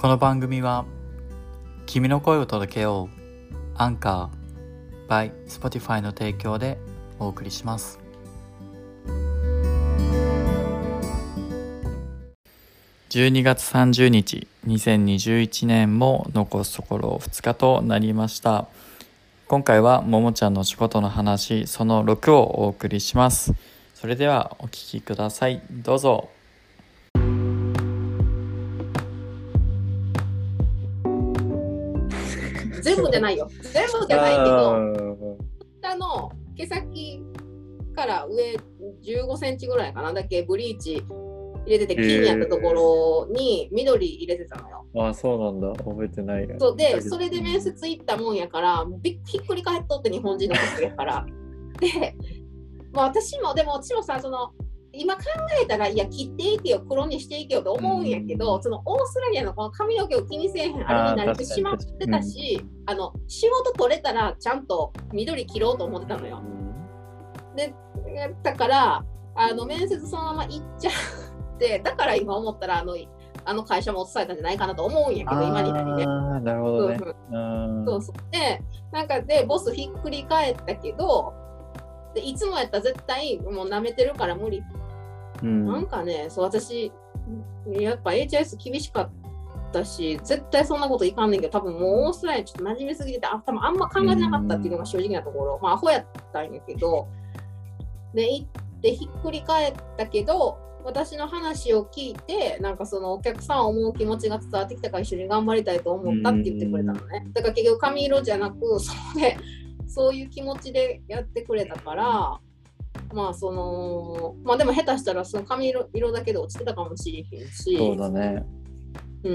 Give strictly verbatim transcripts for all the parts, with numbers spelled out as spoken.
この番組は君の声を届けようアンカー by Spotify の提供でお送りします。じゅうにがつさんじゅうにちにせんにじゅういちねんも残すところふつかとなりました。今回はももちゃんの仕事の話そのろくをお送りします。それではお聞きください。どうぞ。 全部じゃないよ。全部じゃないけど、下の毛先から上じゅうごセンチぐらいかなだけブリーチ入れてて、金やったところに緑入れてたのよ。 ああ、そうなんだ。覚えてないや。 そうで、それで面接行ったもんやから、びひっくり返っとって、日本人の人やから。で、まあ、私も、でも私もさ、その、今考えたら、いや、切っていけよ、黒にしていけよと思うんやけど、うん、そのオーストラリアのこの髪の毛を気にせえへんあれになってしまってたし、あ、うん、あの仕事取れたらちゃんと緑切ろうと思ってたのよ。で、だからあの面接そのまま行っちゃって、だから今思ったらあのあの会社も落とされたんじゃないかなと思うんやけど、今になりね。 ああ、なるほどね。 そうそう。で、なんかでボスひっくり返ったけど、でいつもやったら絶対もう舐めてるから無理。うん、なんかね、そう私やっぱ エイチアイエス 厳しかったし、絶対そんなこといかんねんけど、多分もうオーストラリアちょっと馴染みすぎてて、あ、多分あんま考えてなかったっていうのが正直なところ、まあアホやったんやけど、で行ってひっくり返ったけど、私の話を聞いて、なんかそのお客さんを思う気持ちが伝わってきたから一緒に頑張りたいと思ったって言ってくれたのね。だから結局髪色じゃなく、それそういう気持ちでやってくれたから、まあそのまあでも下手したらその髪 色, 色だけで落ちてたかもしれへんし。 そうだね。うん。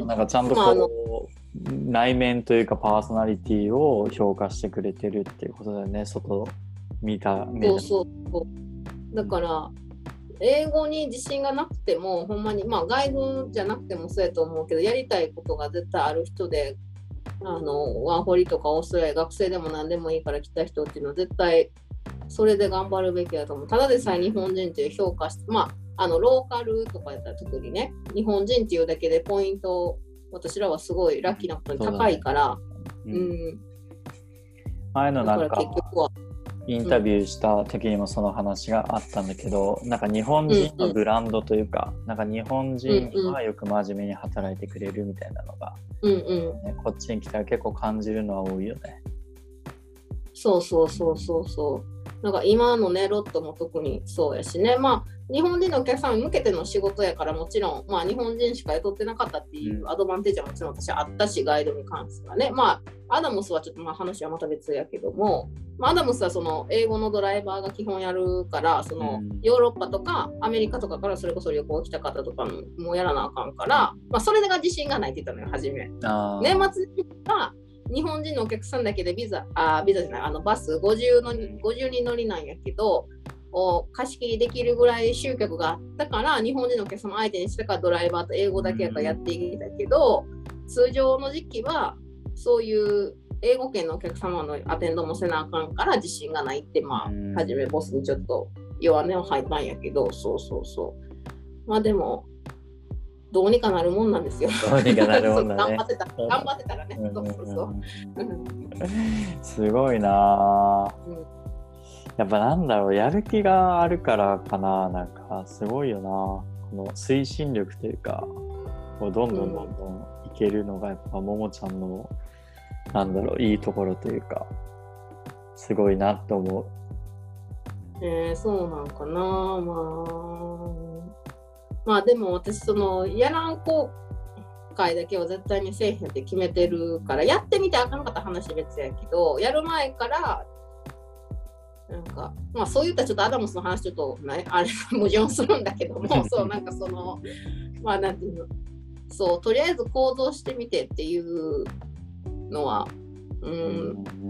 なんかちゃんとこう、まあ、あの内面というかパーソナリティを評価してくれてるっていうことだよね。外見た目。 そうそうそう。だから英語に自信がなくてもほんまにまあ外文じゃなくてもそうやと思うけど、やりたいことが絶対ある人で、あのワーホリとかオーストラリア学生でも何でもいいから来た人っていうのは絶対それで頑張るべきだと思う。ただでさえ日本人っていう評価して、まあ、あのローカルとかやったら特にね、日本人っていうだけでポイント、私らはすごいラッキーなことに高いから、う、ね、うん。 前のなんか結局はインタビューした時にもその話があったんだけど、うん、なんか日本人のブランドというか、うんうん、なんか日本人はよく真面目に働いてくれるみたいなのが、うんうんね、こっちに来たら結構感じるのは多いよね。 そうそうそうそうそう。なんか今のねロットも特にそうやしね、まあ日本人のお客さんに向けての仕事やから、もちろんまあ日本人しか雇ってなかったっていうアドバンテージはもちろん私はあったし、ガイドに関してはね、まあアダムスはちょっとまあ話はまた別やけども、まあ、アダムスはその英語のドライバーが基本やるから、そのヨーロッパとかアメリカとかからそれこそ旅行来た方とかもやらなあかんから、まあそれが自信がないって言ったのよ初め。年末には日本人のお客さんだけでビザ、あ、ビザじゃない、あのバスごじゅうのごじゅうにん乗りなんやけど、貸し切りできるぐらい集客があったから、日本人のお客様相手にしたからドライバーと英語だけやからやっていけたけど、通常の時期はそういう英語圏のお客様のアテンドもせなあかんから自信がないって、まあ初めボスにちょっと弱音を吐いたんやけど、そうそうそう。まあでもどうにかなるもんなんですよ。 どうにかなるもんだね。 頑張ってた、頑張ってたらね。そうそうそう。 すごいな、うん。やっぱなんだろう、やる気があるからかな、なんかすごいよな。この推進力というか、こうどんどんどんどんいけるのがやっぱももちゃんのなんだろう、いいところというか、すごいなと思う。 えー、そうなんかな、まあ。まあでも私そのやらん後悔だけは絶対にせえへんって決めてるから、やってみてあかんかった話別やけど、やる前からなんかまあそういったちょっとアダムスの話ちょっとねあれ矛盾するんだけどもそうなんかそのまあなんていうの、そうとりあえず行動してみてっていうのは、うん、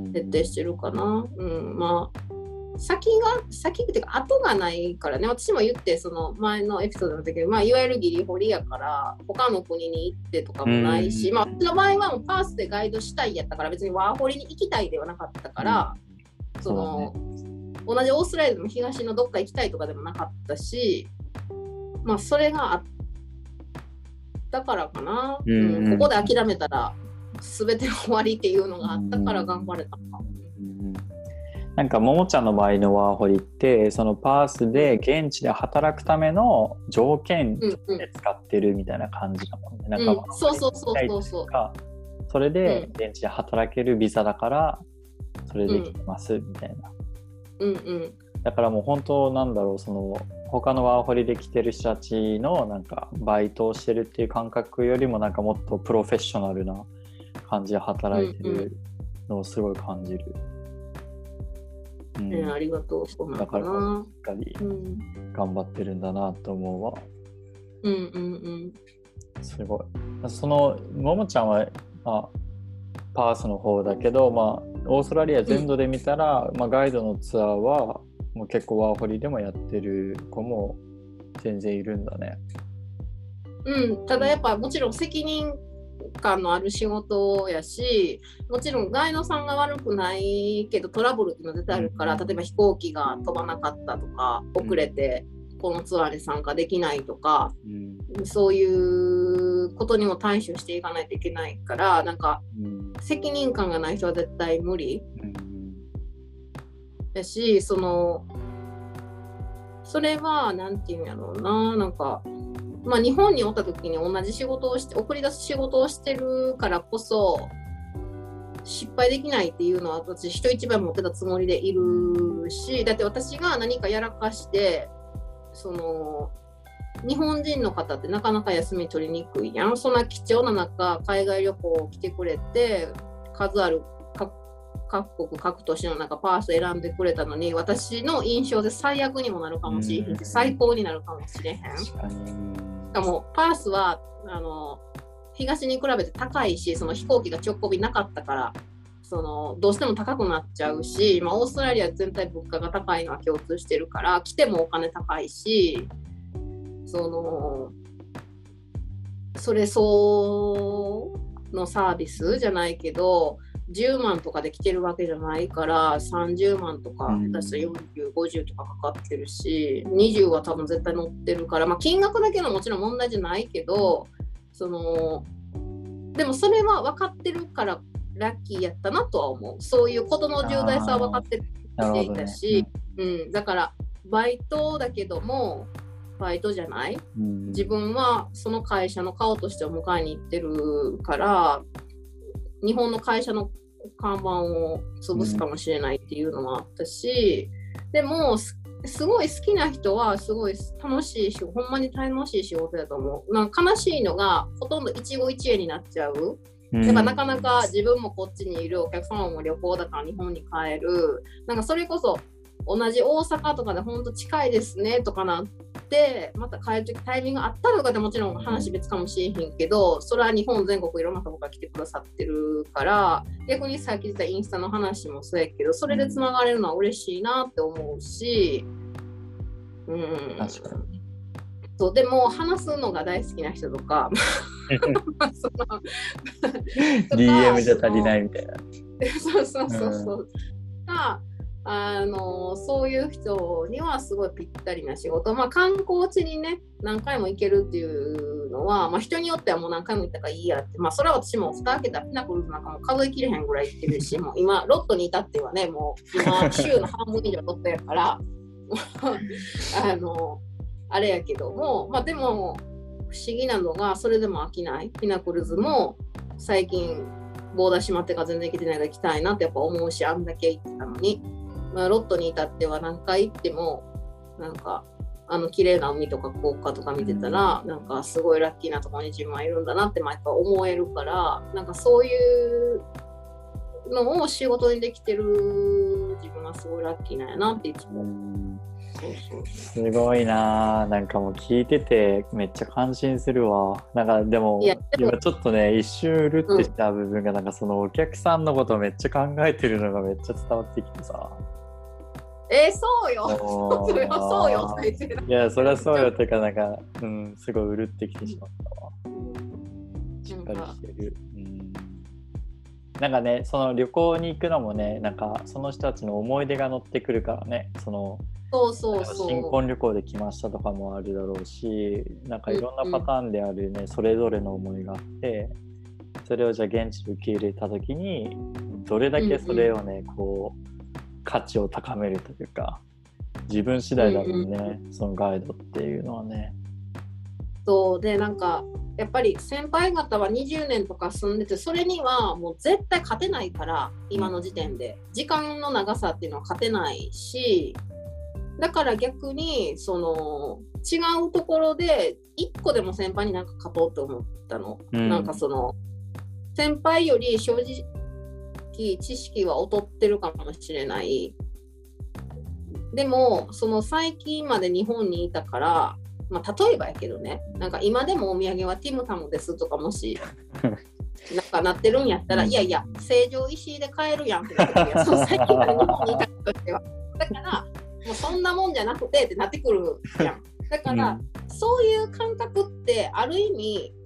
徹底してるかな。うん、まあ先が先っていうか後がないからね。私も言ってその前のエピソードの時に、まあいわゆるギリホリやから他の国に行ってとかもないし、まあ私の場合はもうパースでガイドしたいやったから別にワーホリに行きたいではなかったから、うん、そのそうね、同じオーストラリアでも東のどっか行きたいとかでもなかったし、まあそれがあったからかな、 うんうんうん、ここで諦めたら全て終わりっていうのがあったから頑張れたのか、 うんうん、なんかももちゃんの場合のワーホリってそのパースで現地で働くための条件で使ってるみたいな感じだもんね、うんうん、なんかそうそうそうそうそうそれで現地で働けるビザだからそれで来てますみたいな、 うんうん、 だからもう本当なんだろう、その他のワーホリで来てる人たちのなんかバイトをしてるっていう感覚よりもなんかもっとプロフェッショナルな感じで働いてるのをすごい感じる、 うんうん、ね、ありがとう。そうなのかな。 だからしっかり頑張ってるんだなと思うわ。 うんうんうん。 すごい。そのももちゃんは、まあ、パースの方だけど、まあ、オーストラリア全土で見たら、うんまあ、ガイドのツアーはもう結構ワーホリでもやってる子も全然いるんだね。 うん、ただやっぱもちろん責任感のある仕事やし、もちろんガイドさんが悪くないけどトラブルっていうのが絶対あるから、例えば飛行機が飛ばなかったとか遅れてこのツアーに参加できないとか、うん、そういうことにも対処していかないといけないから、なんか責任感がない人は絶対無理だし、そのそれはなんていうんやろうな、なんかまあ、日本におった時に同じ仕事をして送り出す仕事をしてるからこそ失敗できないっていうのは私人一倍持ってたつもりでいるし、だって私が何かやらかしてその日本人の方ってなかなか休み取りにくいやん。そんな貴重な中海外旅行来てくれて数ある各国各都市の中パース選んでくれたのに、私の印象で最悪にもなるかもしれへんし最高になるかもしれへん。 確かに。 しかもパースはあの東に比べて高いし、その飛行機が直行便なかったからそのどうしても高くなっちゃうし、まあ、オーストラリア全体物価が高いのは共通してるから来てもお金高いし、そのそれ相のサービスじゃないけどじゅうまんとかで来てるわけじゃないからさんじゅうまんとか、私はよんじゅう、ごじゅうとかかかってるしにじゅうは多分絶対乗ってるから、まあ、金額だけのもちろん問題じゃないけど、そのでもそれは分かってるからラッキーやったなとは思う。そういうことの重大さは分かっていたし、ね、うん、だからバイトだけどもバイトじゃない、うん、自分はその会社の顔として迎えに行ってるから日本の会社の看板を潰すかもしれないっていうのもあったし、うん、でも す, すごい好きな人はすごい楽しいしほんまに楽しい仕事だと思う。なんか悲しいのがほとんど一期一会になっちゃう。やっぱなかなか自分もこっちにいるお客様も旅行だから日本に帰る、なんかそれこそ同じ大阪とかでほんと近いですねとかなってまた帰るときタイミングあったのかでもちろん話別かもしれへんけど、それは日本全国いろんなとこから来てくださってるから逆にさっき言ったインスタの話もそうやけどそれでつながれるのは嬉しいなって思うし、うん、 確かにそう。でも話すのが大好きな人とかそのディーエム じゃ足りないみたいなそうそうそうそう、うんがあのそういう人にはすごいぴったりな仕事、まあ、観光地にね何回も行けるっていうのは、まあ、人によってはもう何回も行ったからいいやって、まあ、それは私も蓋開けたピナクルズなんかも数えきれへんぐらい行ってるしもう今ロットに至ってはねもう今週の半分以上ロットやからあのあれやけども、まあ、でも不思議なのがそれでも飽きないピナクルズも最近ボーダー閉まってから全然行けてないから行きたいなってやっぱ思うし、あんだけ行ってたのに、まあ、ロットに至っては何回行ってもなんかあの綺麗な海とか高架とか見てたら、うん、なんかすごいラッキーなところに自分はいるんだなって毎回思えるから、なんかそういうのを仕事にできてる自分はすごいラッキーなんやなっていつも思う。そうそうすごいな、なんかもう聞いててめっちゃ感心するわ。なんかでも今ちょっとね一瞬うるってした部分が、なんかそのお客さんのことをめっちゃ考えてるのがめっちゃ伝わってきてさ、 えー、そうよそれはそうよって言っていやそりゃそうよっていうかなんか、うん、すごいうるってきてしまったわ。しっかりしてる。うん、なんかねその旅行に行くのもねなんかその人たちの思い出が乗ってくるからね、そのそうそうそう。 新婚旅行で来ましたとかもあるだろうし、なんかいろんなパターンであるね、うんうん、それぞれの思いがあって、それをじゃあ現地で受け入れた時にどれだけそれをね、うんうん、こう価値を高めるというか、自分次第だもんね、うんうん、そのガイドっていうのはね。 そうで、なんかやっぱり先輩方はにじゅうねんとか住んでて、それにはもう絶対勝てないから、今の時点で時間の長さっていうのは勝てないし、だから逆にその違うところでいっこでも先輩になんか勝とうと思ったの、うん、なんかその先輩より正直知識は劣ってるかもしれない。でもその最近まで日本にいたから、まあ、例えばやけどね、なんか今でもお土産はティムタムですとかもしなんかなってるんやったら、いやいや成城石井で買えるやんってなってくるやん。その最近まで日本にいたとしては。だからもうそんなもんじゃなくてってなってくるやん。だから、うん、そういう感覚ってある意味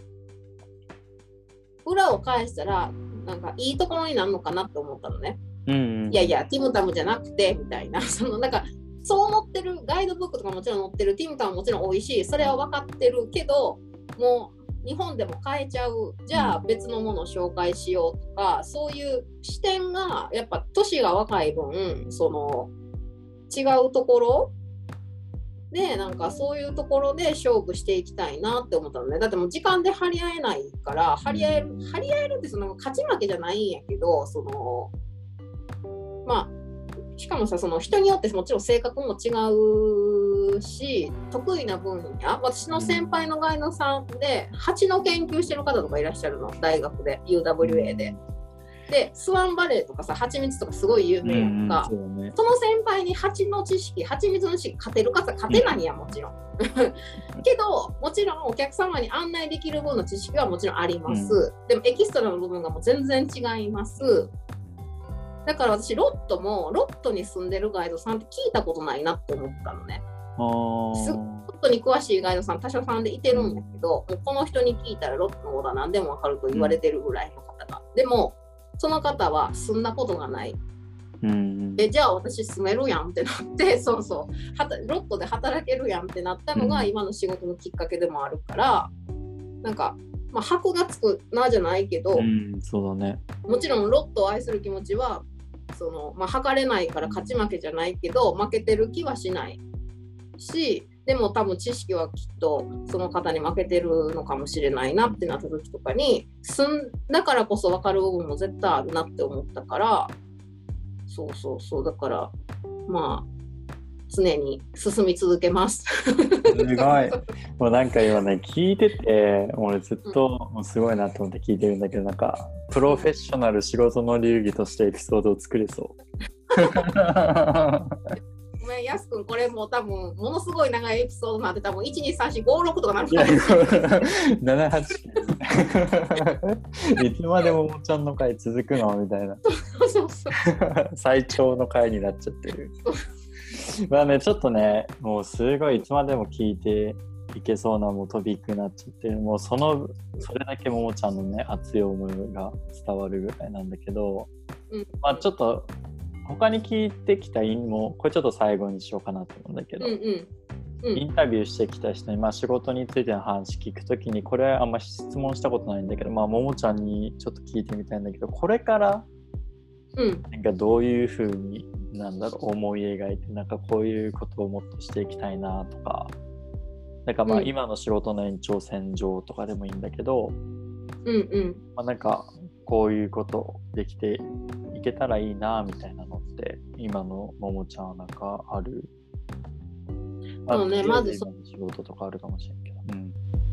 裏を返したらなんかいいところになるのかなって思ったのね、うんうん、いやいやティムタムじゃなくてみたいな、そのなんかそう載ってるガイドブックとかもちろん載ってる、ティムタムももちろん多いし、それは分かってるけど、もう日本でも買えちゃう、じゃあ別のものを紹介しようとか、そういう視点がやっぱ年が若い分その違うところで、なんかそういうところで勝負していきたいなって思ったのね。だってもう時間で張り合えないから、張り合える張り合えるってその勝ち負けじゃないんやけど、そのまあしかもさ、その人によってもちろん性格も違うし、得意な分野、私の先輩のガイドさんで蜂の研究してる方とかいらっしゃるの、大学で ユーダブリューエー で。でスワンバレーとかさ、蜂蜜とかすごい有名やんか、うんうん、そ, ね、その先輩に蜂の知識、蜂蜜の知識勝てるかさ勝てないやん、もちろんけどもちろんお客様に案内できる分の知識はもちろんあります、うん、でもエキストラの部分がもう全然違います。だから私ロットもロットに住んでるガイドさんって聞いたことないなって思ったのね。すロットに詳しいガイドさん他社さんでいてるんだけど、もうこの人に聞いたらロットのことは何でも分かると言われてるぐらいの方が、うん、でもその方は住んだことがない、うん、でじゃあ私住めるやんってなってそうそうはたロットで働けるやんってなったのが今の仕事のきっかけでもあるから、なんか、まあ、箔がつくなじゃないけど、うん、そうだね、もちろんロットを愛する気持ちはその、まあ、測れないから勝ち負けじゃないけど負けてる気はしないし、でも多分知識はきっとその方に負けてるのかもしれないなってなった時とかに、住んだからこそ分かる部分も絶対あるなって思ったから、そうそうそう、だからまあ常に進み続けますすごい、もうなんか今ね聞いてて俺ずっともうすごいなと思って聞いてるんだけど、なんかプロフェッショナル仕事の流儀としてエピソードを作れそうごめん、やすくん、これもう多分ものすごい長いエピソードなんて多分いちにさんしごろくとかなるかもしれないななはちいつまでももちゃんの回続くのみたいなそうそうそう最長の回になっちゃってるまあね、ちょっとねもうすごいいつまでも聞いていけそうなもうトピックになっちゃって、もうそのそれだけももちゃんのね熱い思いが伝わるぐらいなんだけど、うん、まあちょっと他に聞いてきた因もこれちょっと最後にしようかなと思うんだけど、うんうんうん、インタビューしてきた人に、まあ、仕事についての話聞くときにこれあんま質問したことないんだけど、まあももちゃんにちょっと聞いてみたいんだけど、これからなんかどういうふうになんだろう思い描いて、なんかこういうことをもっとしていきたいなとか、なんかまあ今の仕事の延長線上とかでもいいんだけど、うんうんまあ、なんかこういうことできていけたらいいなみたいなのって今のももちゃんはなんかある？ そうね、まずそ仕事とかあるかもしれんけど、うん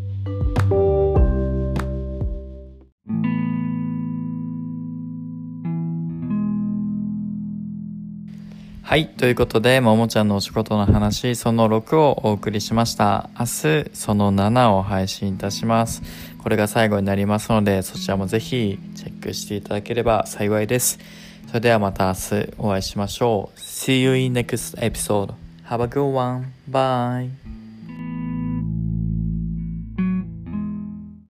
はい、ということでももちゃんのお仕事の話そのろくをお送りしました。明日そのななを配信いたします。これが最後になりますので、そちらもぜひチェックしていただければ幸いです。それではまた明日お会いしましょう。See you in next episode. Have a good one. Bye.